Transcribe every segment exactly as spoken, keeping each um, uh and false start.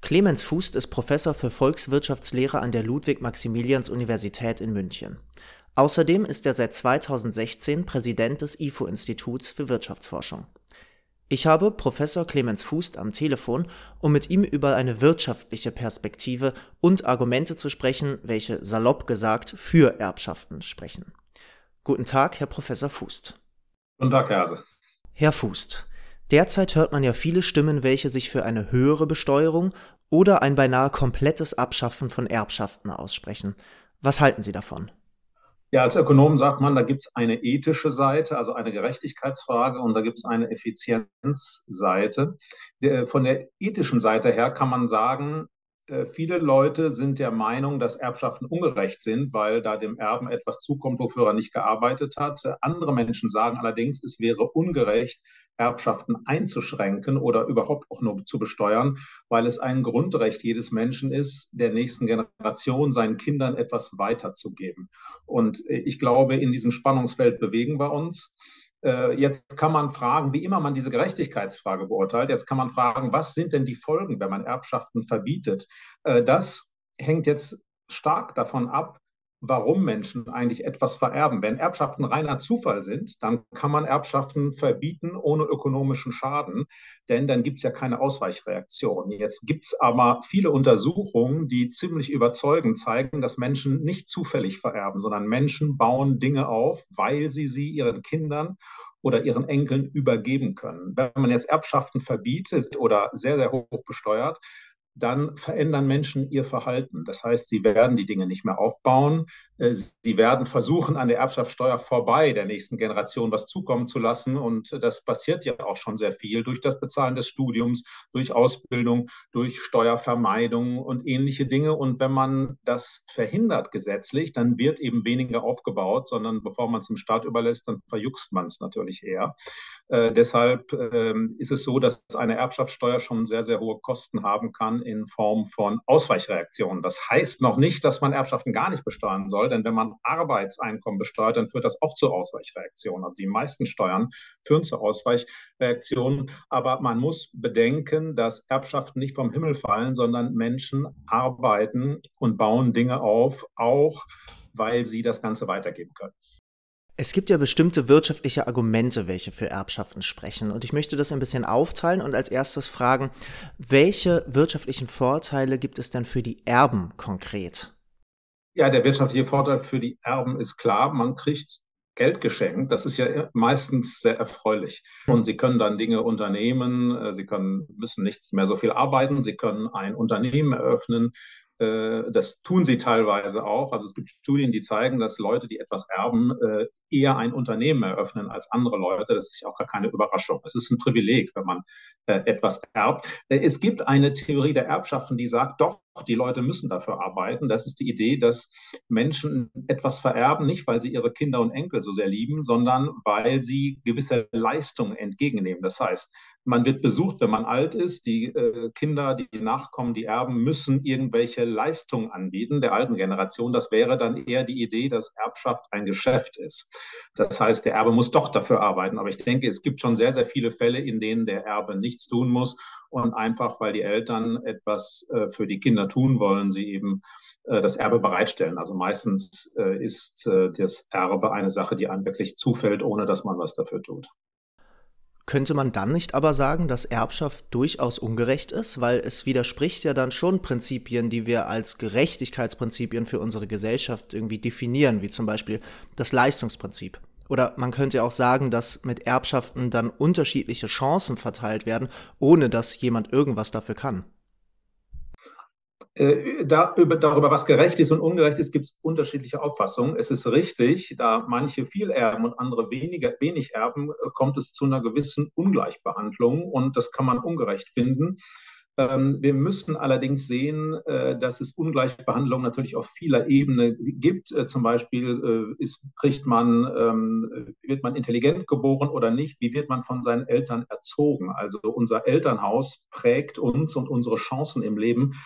Clemens Fußt ist Professor für Volkswirtschaftslehre an der Ludwig-Maximilians-Universität in München. Außerdem ist er seit zweitausendsechzehn Präsident des I F O-Instituts für Wirtschaftsforschung. Ich habe Professor Clemens Fußt am Telefon, um mit ihm über eine wirtschaftliche Perspektive und Argumente zu sprechen, welche salopp gesagt für Erbschaften sprechen. Guten Tag, Herr Professor Fußt. Guten Tag, Herr Hase. Herr Fußt, derzeit hört man ja viele Stimmen, welche sich für eine höhere Besteuerung oder ein beinahe komplettes Abschaffen von Erbschaften aussprechen. Was halten Sie davon? Ja, als Ökonom sagt man, da gibt es eine ethische Seite, also eine Gerechtigkeitsfrage, und da gibt es eine Effizienzseite. Der- Von der ethischen Seite her kann man sagen, äh, viele Leute sind der Meinung, dass Erbschaften ungerecht sind, weil da dem Erben etwas zukommt, wofür er nicht gearbeitet hat. Äh, Andere Menschen sagen allerdings, es wäre ungerecht, Erbschaften einzuschränken oder überhaupt auch nur zu besteuern, weil es ein Grundrecht jedes Menschen ist, der nächsten Generation, seinen Kindern etwas weiterzugeben. Und ich glaube, in diesem Spannungsfeld bewegen wir uns. Äh, Jetzt kann man fragen, wie immer man diese Gerechtigkeitsfrage beurteilt, jetzt kann man fragen, was sind denn die Folgen, wenn man Erbschaften verbietet? Äh, Das hängt jetzt stark davon ab, warum Menschen eigentlich etwas vererben. Wenn Erbschaften reiner Zufall sind, dann kann man Erbschaften verbieten ohne ökonomischen Schaden, denn dann gibt es ja keine Ausweichreaktion. Jetzt gibt es aber viele Untersuchungen, die ziemlich überzeugend zeigen, dass Menschen nicht zufällig vererben, sondern Menschen bauen Dinge auf, weil sie sie ihren Kindern oder ihren Enkeln übergeben können. Wenn man jetzt Erbschaften verbietet oder sehr, sehr hoch besteuert, dann verändern Menschen ihr Verhalten. Das heißt, sie werden die Dinge nicht mehr aufbauen. Äh, Sie werden versuchen, an der Erbschaftssteuer vorbei der nächsten Generation was zukommen zu lassen. Und das passiert ja auch schon sehr viel durch das Bezahlen des Studiums, durch Ausbildung, durch Steuervermeidung und ähnliche Dinge. Und wenn man das verhindert gesetzlich, dann wird eben weniger aufgebaut, sondern bevor man es dem Staat überlässt, dann verjuckst man es natürlich eher. Äh, deshalb ähm, ist es so, dass eine Erbschaftssteuer schon sehr, sehr hohe Kosten haben kann in Form von Ausweichreaktionen. Das heißt noch nicht, dass man Erbschaften gar nicht besteuern soll, denn wenn man Arbeitseinkommen besteuert, dann führt das auch zu Ausweichreaktionen. Also die meisten Steuern führen zu Ausweichreaktionen, aber man muss bedenken, dass Erbschaften nicht vom Himmel fallen, sondern Menschen arbeiten und bauen Dinge auf, auch weil sie das Ganze weitergeben können. Es gibt ja bestimmte wirtschaftliche Argumente, welche für Erbschaften sprechen. Und ich möchte das ein bisschen aufteilen und als erstes fragen, welche wirtschaftlichen Vorteile gibt es denn für die Erben konkret? Ja, der wirtschaftliche Vorteil für die Erben ist klar, man kriegt Geld geschenkt. Das ist ja meistens sehr erfreulich. Und sie können dann Dinge unternehmen, äh, sie können, müssen nichts mehr so viel arbeiten, sie können ein Unternehmen eröffnen. Äh, Das tun sie teilweise auch. Also es gibt Studien, die zeigen, dass Leute, die etwas erben, äh, eher ein Unternehmen eröffnen als andere Leute. Das ist ja auch gar keine Überraschung. Es ist ein Privileg, wenn man äh, etwas erbt. Äh, Es gibt eine Theorie der Erbschaften, die sagt, doch, die Leute müssen dafür arbeiten. Das ist die Idee, dass Menschen etwas vererben, nicht weil sie ihre Kinder und Enkel so sehr lieben, sondern weil sie gewisse Leistungen entgegennehmen. Das heißt, man wird besucht, wenn man alt ist. Die äh, Kinder, die Nachkommen, die Erben müssen irgendwelche Leistungen anbieten der alten Generation. Das wäre dann eher die Idee, dass Erbschaft ein Geschäft ist. Das heißt, der Erbe muss doch dafür arbeiten. Aber ich denke, es gibt schon sehr, sehr viele Fälle, in denen der Erbe nichts tun muss und einfach, weil die Eltern etwas äh, für die Kinder tun wollen, sie eben äh, das Erbe bereitstellen. Also meistens äh, ist äh, das Erbe eine Sache, die einem wirklich zufällt, ohne dass man was dafür tut. Könnte man dann nicht aber sagen, dass Erbschaft durchaus ungerecht ist, weil es widerspricht ja dann schon Prinzipien, die wir als Gerechtigkeitsprinzipien für unsere Gesellschaft irgendwie definieren, wie zum Beispiel das Leistungsprinzip. Oder man könnte ja auch sagen, dass mit Erbschaften dann unterschiedliche Chancen verteilt werden, ohne dass jemand irgendwas dafür kann. Äh, da, über, darüber, was gerecht ist und ungerecht ist, gibt es unterschiedliche Auffassungen. Es ist richtig, da manche viel erben und andere weniger, wenig erben, äh, kommt es zu einer gewissen Ungleichbehandlung und das kann man ungerecht finden. Ähm, wir müssen allerdings sehen, äh, dass es Ungleichbehandlung natürlich auf vieler Ebene gibt. Äh, zum Beispiel äh, ist, kriegt man, ähm, wird man intelligent geboren oder nicht? Wie wird man von seinen Eltern erzogen? Also unser Elternhaus prägt uns und unsere Chancen im Leben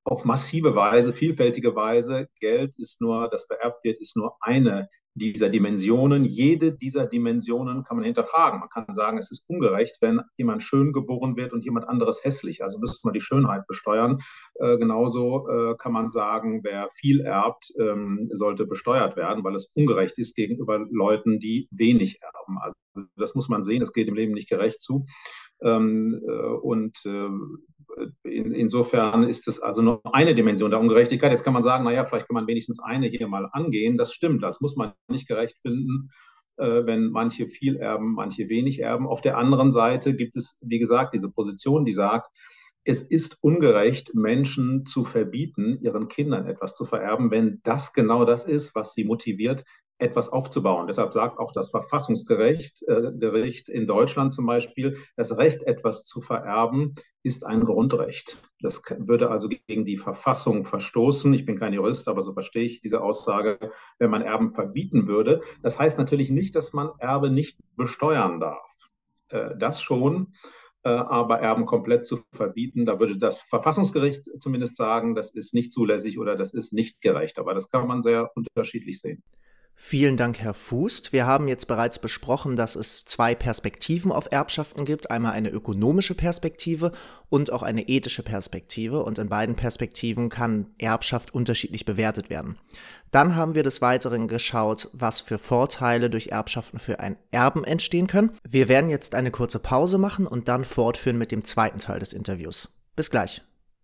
auf massive Weise, vielfältige Weise. Geld ist nur, das vererbt wird, ist nur eine dieser Dimensionen. Jede dieser Dimensionen kann man hinterfragen. Man kann sagen, es ist ungerecht, wenn jemand schön geboren wird und jemand anderes hässlich. Also müsste man die Schönheit besteuern. Äh, genauso äh, kann man sagen, wer viel erbt, ähm, sollte besteuert werden, weil es ungerecht ist gegenüber Leuten, die wenig erben. Also das muss man sehen, es geht im Leben nicht gerecht zu. Ähm, äh, und äh, in, insofern ist es also nur eine Dimension der Ungerechtigkeit. Jetzt kann man sagen, naja, vielleicht kann man wenigstens eine hier mal angehen. Das stimmt, das muss man nicht gerecht finden, äh, wenn manche viel erben, manche wenig erben. Auf der anderen Seite gibt es, wie gesagt, diese Position, die sagt, es ist ungerecht, Menschen zu verbieten, ihren Kindern etwas zu vererben, wenn das genau das ist, was sie motiviert, etwas aufzubauen. Deshalb sagt auch das Verfassungsgericht äh, Gericht in Deutschland zum Beispiel, das Recht, etwas zu vererben, ist ein Grundrecht. Das würde also gegen die Verfassung verstoßen. Ich bin kein Jurist, aber so verstehe ich diese Aussage, wenn man Erben verbieten würde. Das heißt natürlich nicht, dass man Erbe nicht besteuern darf. Äh, das schon. Aber Erben komplett zu verbieten, da würde das Verfassungsgericht zumindest sagen, das ist nicht zulässig oder das ist nicht gerecht. Aber das kann man sehr unterschiedlich sehen. Vielen Dank, Herr Fußt. Wir haben jetzt bereits besprochen, dass es zwei Perspektiven auf Erbschaften gibt. Einmal eine ökonomische Perspektive und auch eine ethische Perspektive. Und in beiden Perspektiven kann Erbschaft unterschiedlich bewertet werden. Dann haben wir des Weiteren geschaut, was für Vorteile durch Erbschaften für ein Erben entstehen können. Wir werden jetzt eine kurze Pause machen und dann fortführen mit dem zweiten Teil des Interviews. Bis gleich.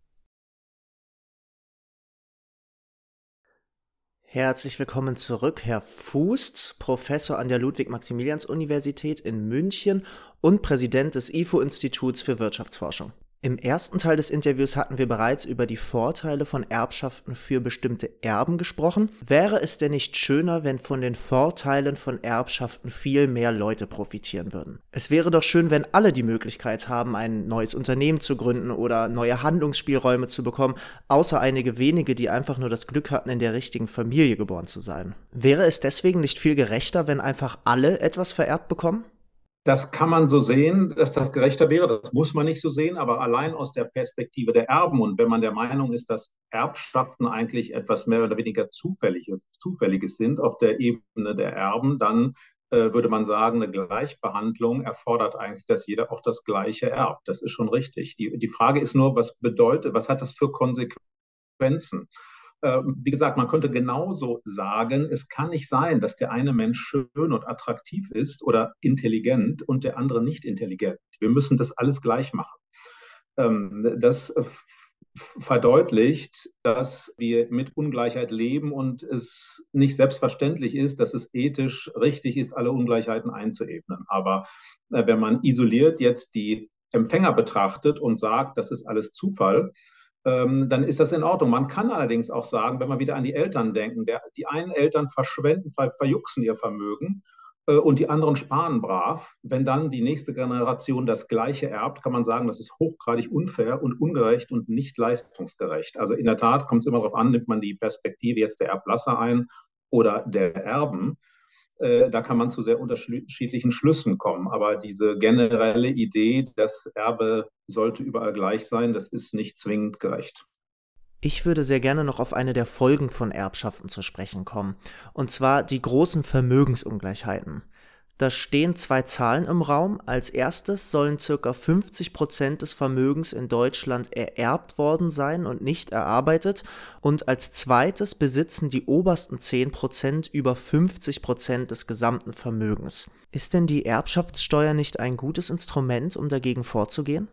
Herzlich willkommen zurück, Herr Fußt, Professor an der Ludwig-Maximilians-Universität in München und Präsident des I F O-Instituts für Wirtschaftsforschung. Im ersten Teil des Interviews hatten wir bereits über die Vorteile von Erbschaften für bestimmte Erben gesprochen. Wäre es denn nicht schöner, wenn von den Vorteilen von Erbschaften viel mehr Leute profitieren würden? Es wäre doch schön, wenn alle die Möglichkeit haben, ein neues Unternehmen zu gründen oder neue Handlungsspielräume zu bekommen, außer einige wenige, die einfach nur das Glück hatten, in der richtigen Familie geboren zu sein. Wäre es deswegen nicht viel gerechter, wenn einfach alle etwas vererbt bekommen? Das kann man so sehen, dass das gerechter wäre. Das muss man nicht so sehen, aber allein aus der Perspektive der Erben und wenn man der Meinung ist, dass Erbschaften eigentlich etwas mehr oder weniger Zufälliges, Zufälliges sind auf der Ebene der Erben, dann äh, würde man sagen, eine Gleichbehandlung erfordert eigentlich, dass jeder auch das Gleiche erbt. Das ist schon richtig. Die, die Frage ist nur, was bedeutet, was hat das für Konsequenzen? Wie gesagt, man könnte genauso sagen, es kann nicht sein, dass der eine Mensch schön und attraktiv ist oder intelligent und der andere nicht intelligent. Wir müssen das alles gleich machen. Das verdeutlicht, dass wir mit Ungleichheit leben und es nicht selbstverständlich ist, dass es ethisch richtig ist, alle Ungleichheiten einzuebnen. Aber wenn man isoliert jetzt die Empfänger betrachtet und sagt, das ist alles Zufall, dann ist das in Ordnung. Man kann allerdings auch sagen, wenn man wieder an die Eltern denken, der, die einen Eltern verschwenden, ver, verjuxen ihr Vermögen äh, und die anderen sparen brav. Wenn dann die nächste Generation das Gleiche erbt, kann man sagen, das ist hochgradig unfair und ungerecht und nicht leistungsgerecht. Also in der Tat kommt es immer darauf an, nimmt man die Perspektive jetzt der Erblasser ein oder der Erben. Da kann man zu sehr unterschiedlichen Schlüssen kommen. Aber diese generelle Idee, das Erbe sollte überall gleich sein, das ist nicht zwingend gerecht. Ich würde sehr gerne noch auf eine der Folgen von Erbschaften zu sprechen kommen, und zwar die großen Vermögensungleichheiten. Da stehen zwei Zahlen im Raum. Als erstes sollen ca. fünfzig Prozent des Vermögens in Deutschland ererbt worden sein und nicht erarbeitet. Und als zweites besitzen die obersten zehn Prozent über fünfzig Prozent des gesamten Vermögens. Ist denn die Erbschaftssteuer nicht ein gutes Instrument, um dagegen vorzugehen?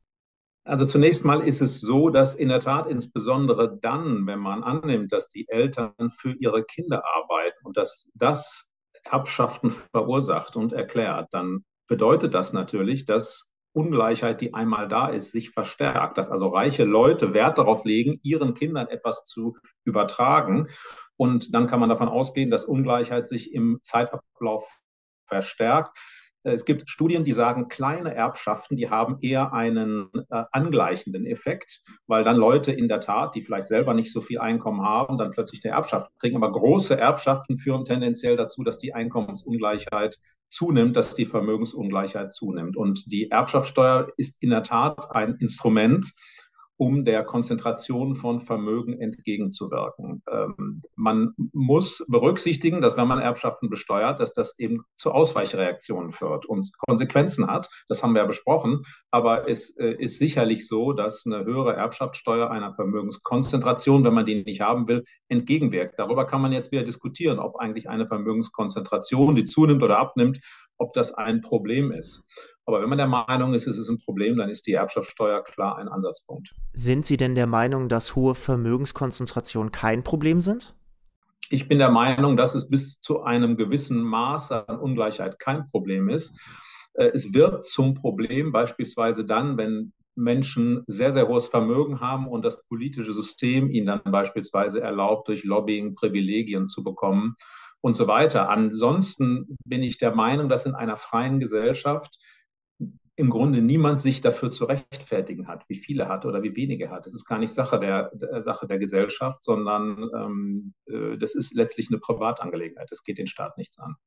Also zunächst mal ist es so, dass in der Tat insbesondere dann, wenn man annimmt, dass die Eltern für ihre Kinder arbeiten und dass das Erbschaften verursacht und erklärt, dann bedeutet das natürlich, dass Ungleichheit, die einmal da ist, sich verstärkt, dass also reiche Leute Wert darauf legen, ihren Kindern etwas zu übertragen. Und dann kann man davon ausgehen, dass Ungleichheit sich im Zeitablauf verstärkt. Es gibt Studien, die sagen, kleine Erbschaften, die haben eher einen äh, angleichenden Effekt, weil dann Leute in der Tat, die vielleicht selber nicht so viel Einkommen haben, dann plötzlich eine Erbschaft kriegen. Aber große Erbschaften führen tendenziell dazu, dass die Einkommensungleichheit zunimmt, dass die Vermögensungleichheit zunimmt. Und die Erbschaftssteuer ist in der Tat ein Instrument, um der Konzentration von Vermögen entgegenzuwirken. Ähm, man muss berücksichtigen, dass wenn man Erbschaften besteuert, dass das eben zu Ausweichreaktionen führt und Konsequenzen hat. Das haben wir ja besprochen. Aber es äh, ist sicherlich so, dass eine höhere Erbschaftssteuer einer Vermögenskonzentration, wenn man die nicht haben will, entgegenwirkt. Darüber kann man jetzt wieder diskutieren, ob eigentlich eine Vermögenskonzentration, die zunimmt oder abnimmt, ob das ein Problem ist. Aber wenn man der Meinung ist, es ist ein Problem, dann ist die Erbschaftssteuer klar ein Ansatzpunkt. Sind Sie denn der Meinung, dass hohe Vermögenskonzentrationen kein Problem sind? Ich bin der Meinung, dass es bis zu einem gewissen Maß an Ungleichheit kein Problem ist. Es wird zum Problem beispielsweise dann, wenn Menschen sehr, sehr hohes Vermögen haben und das politische System ihnen dann beispielsweise erlaubt, durch Lobbying Privilegien zu bekommen und so weiter. Ansonsten bin ich der Meinung, dass in einer freien Gesellschaft im Grunde niemand sich dafür zu rechtfertigen hat, wie viele er hat oder wie wenige er hat. Das ist gar nicht Sache der, der Sache der Gesellschaft, sondern ähm, äh, das ist letztlich eine Privatangelegenheit. Das geht den Staat nichts an.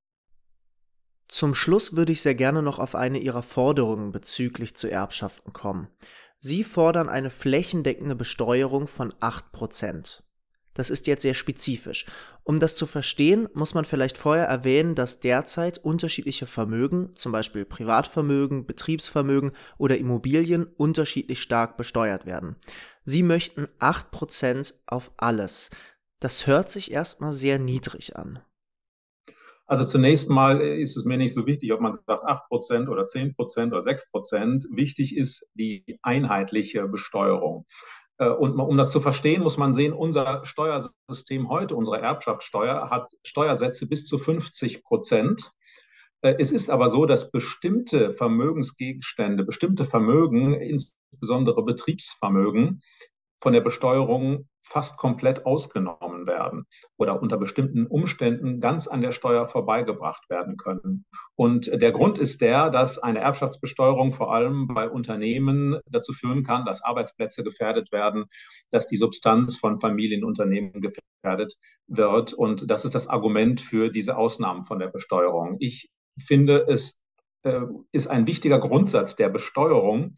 Zum Schluss würde ich sehr gerne noch auf eine Ihrer Forderungen bezüglich zu Erbschaften kommen. Sie fordern eine flächendeckende Besteuerung von acht Prozent. Das ist jetzt sehr spezifisch. Um das zu verstehen, muss man vielleicht vorher erwähnen, dass derzeit unterschiedliche Vermögen, zum Beispiel Privatvermögen, Betriebsvermögen oder Immobilien, unterschiedlich stark besteuert werden. Sie möchten acht Prozent auf alles. Das hört sich erstmal sehr niedrig an. Also zunächst mal ist es mir nicht so wichtig, ob man sagt acht Prozent oder zehn Prozent oder sechs Prozent. Wichtig ist die einheitliche Besteuerung. Und um das zu verstehen, muss man sehen, unser Steuersystem heute, unsere Erbschaftssteuer, hat Steuersätze bis zu fünfzig Prozent. Es ist aber so, dass bestimmte Vermögensgegenstände, bestimmte Vermögen, insbesondere Betriebsvermögen, von der Besteuerung fast komplett ausgenommen werden oder unter bestimmten Umständen ganz an der Steuer vorbeigebracht werden können. Und der Grund ist der, dass eine Erbschaftsbesteuerung vor allem bei Unternehmen dazu führen kann, dass Arbeitsplätze gefährdet werden, dass die Substanz von Familienunternehmen gefährdet wird. Und das ist das Argument für diese Ausnahmen von der Besteuerung. Ich finde, es äh, ist ein wichtiger Grundsatz der Besteuerung,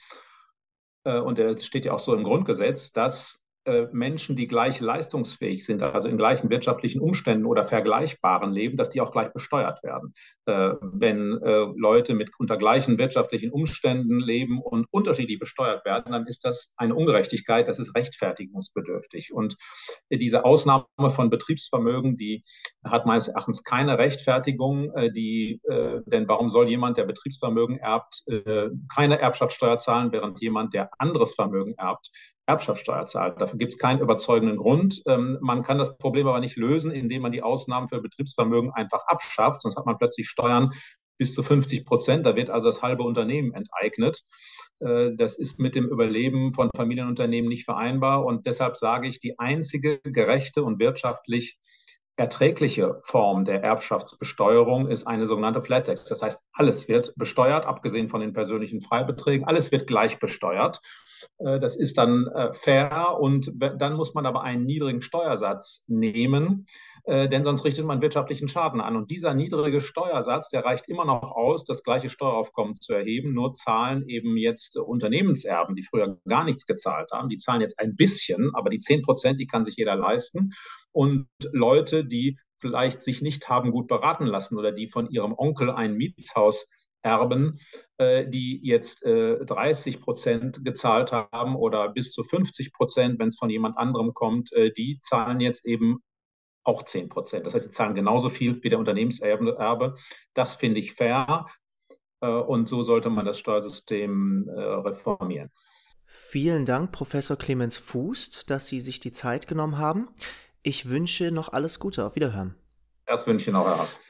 und der steht ja auch so im Grundgesetz, dass Menschen, die gleich leistungsfähig sind, also in gleichen wirtschaftlichen Umständen oder vergleichbaren leben, dass die auch gleich besteuert werden. Wenn Leute mit unter gleichen wirtschaftlichen Umständen leben und unterschiedlich besteuert werden, dann ist das eine Ungerechtigkeit, das ist rechtfertigungsbedürftig. Und diese Ausnahme von Betriebsvermögen, die hat meines Erachtens keine Rechtfertigung, die, denn warum soll jemand, der Betriebsvermögen erbt, keine Erbschaftssteuer zahlen, während jemand, der anderes Vermögen erbt, Erbschaftssteuer zahlt. Dafür gibt es keinen überzeugenden Grund. Ähm, man kann das Problem aber nicht lösen, indem man die Ausnahmen für Betriebsvermögen einfach abschafft. Sonst hat man plötzlich Steuern bis zu fünfzig Prozent. Da wird also das halbe Unternehmen enteignet. Äh, das ist mit dem Überleben von Familienunternehmen nicht vereinbar. Und deshalb sage ich, die einzige gerechte und wirtschaftlich erträgliche Form der Erbschaftsbesteuerung ist eine sogenannte Flat Tax. Das heißt, alles wird besteuert, abgesehen von den persönlichen Freibeträgen. Alles wird gleich besteuert. Das ist dann fair und dann muss man aber einen niedrigen Steuersatz nehmen, denn sonst richtet man wirtschaftlichen Schaden an. Und dieser niedrige Steuersatz, der reicht immer noch aus, das gleiche Steueraufkommen zu erheben. Nur zahlen eben jetzt Unternehmenserben, die früher gar nichts gezahlt haben, die zahlen jetzt ein bisschen, aber die zehn Prozent, die kann sich jeder leisten. Und Leute, die vielleicht sich nicht haben gut beraten lassen oder die von ihrem Onkel ein Mietshaus erben, die jetzt dreißig Prozent gezahlt haben oder bis zu fünfzig Prozent, wenn es von jemand anderem kommt, die zahlen jetzt eben auch zehn Prozent. Das heißt, sie zahlen genauso viel wie der Unternehmenserbe. Das finde ich fair und so sollte man das Steuersystem reformieren. Vielen Dank, Professor Clemens Fußt, dass Sie sich die Zeit genommen haben. Ich wünsche noch alles Gute. Auf Wiederhören. Das wünsche ich Ihnen auch, Herr Haas.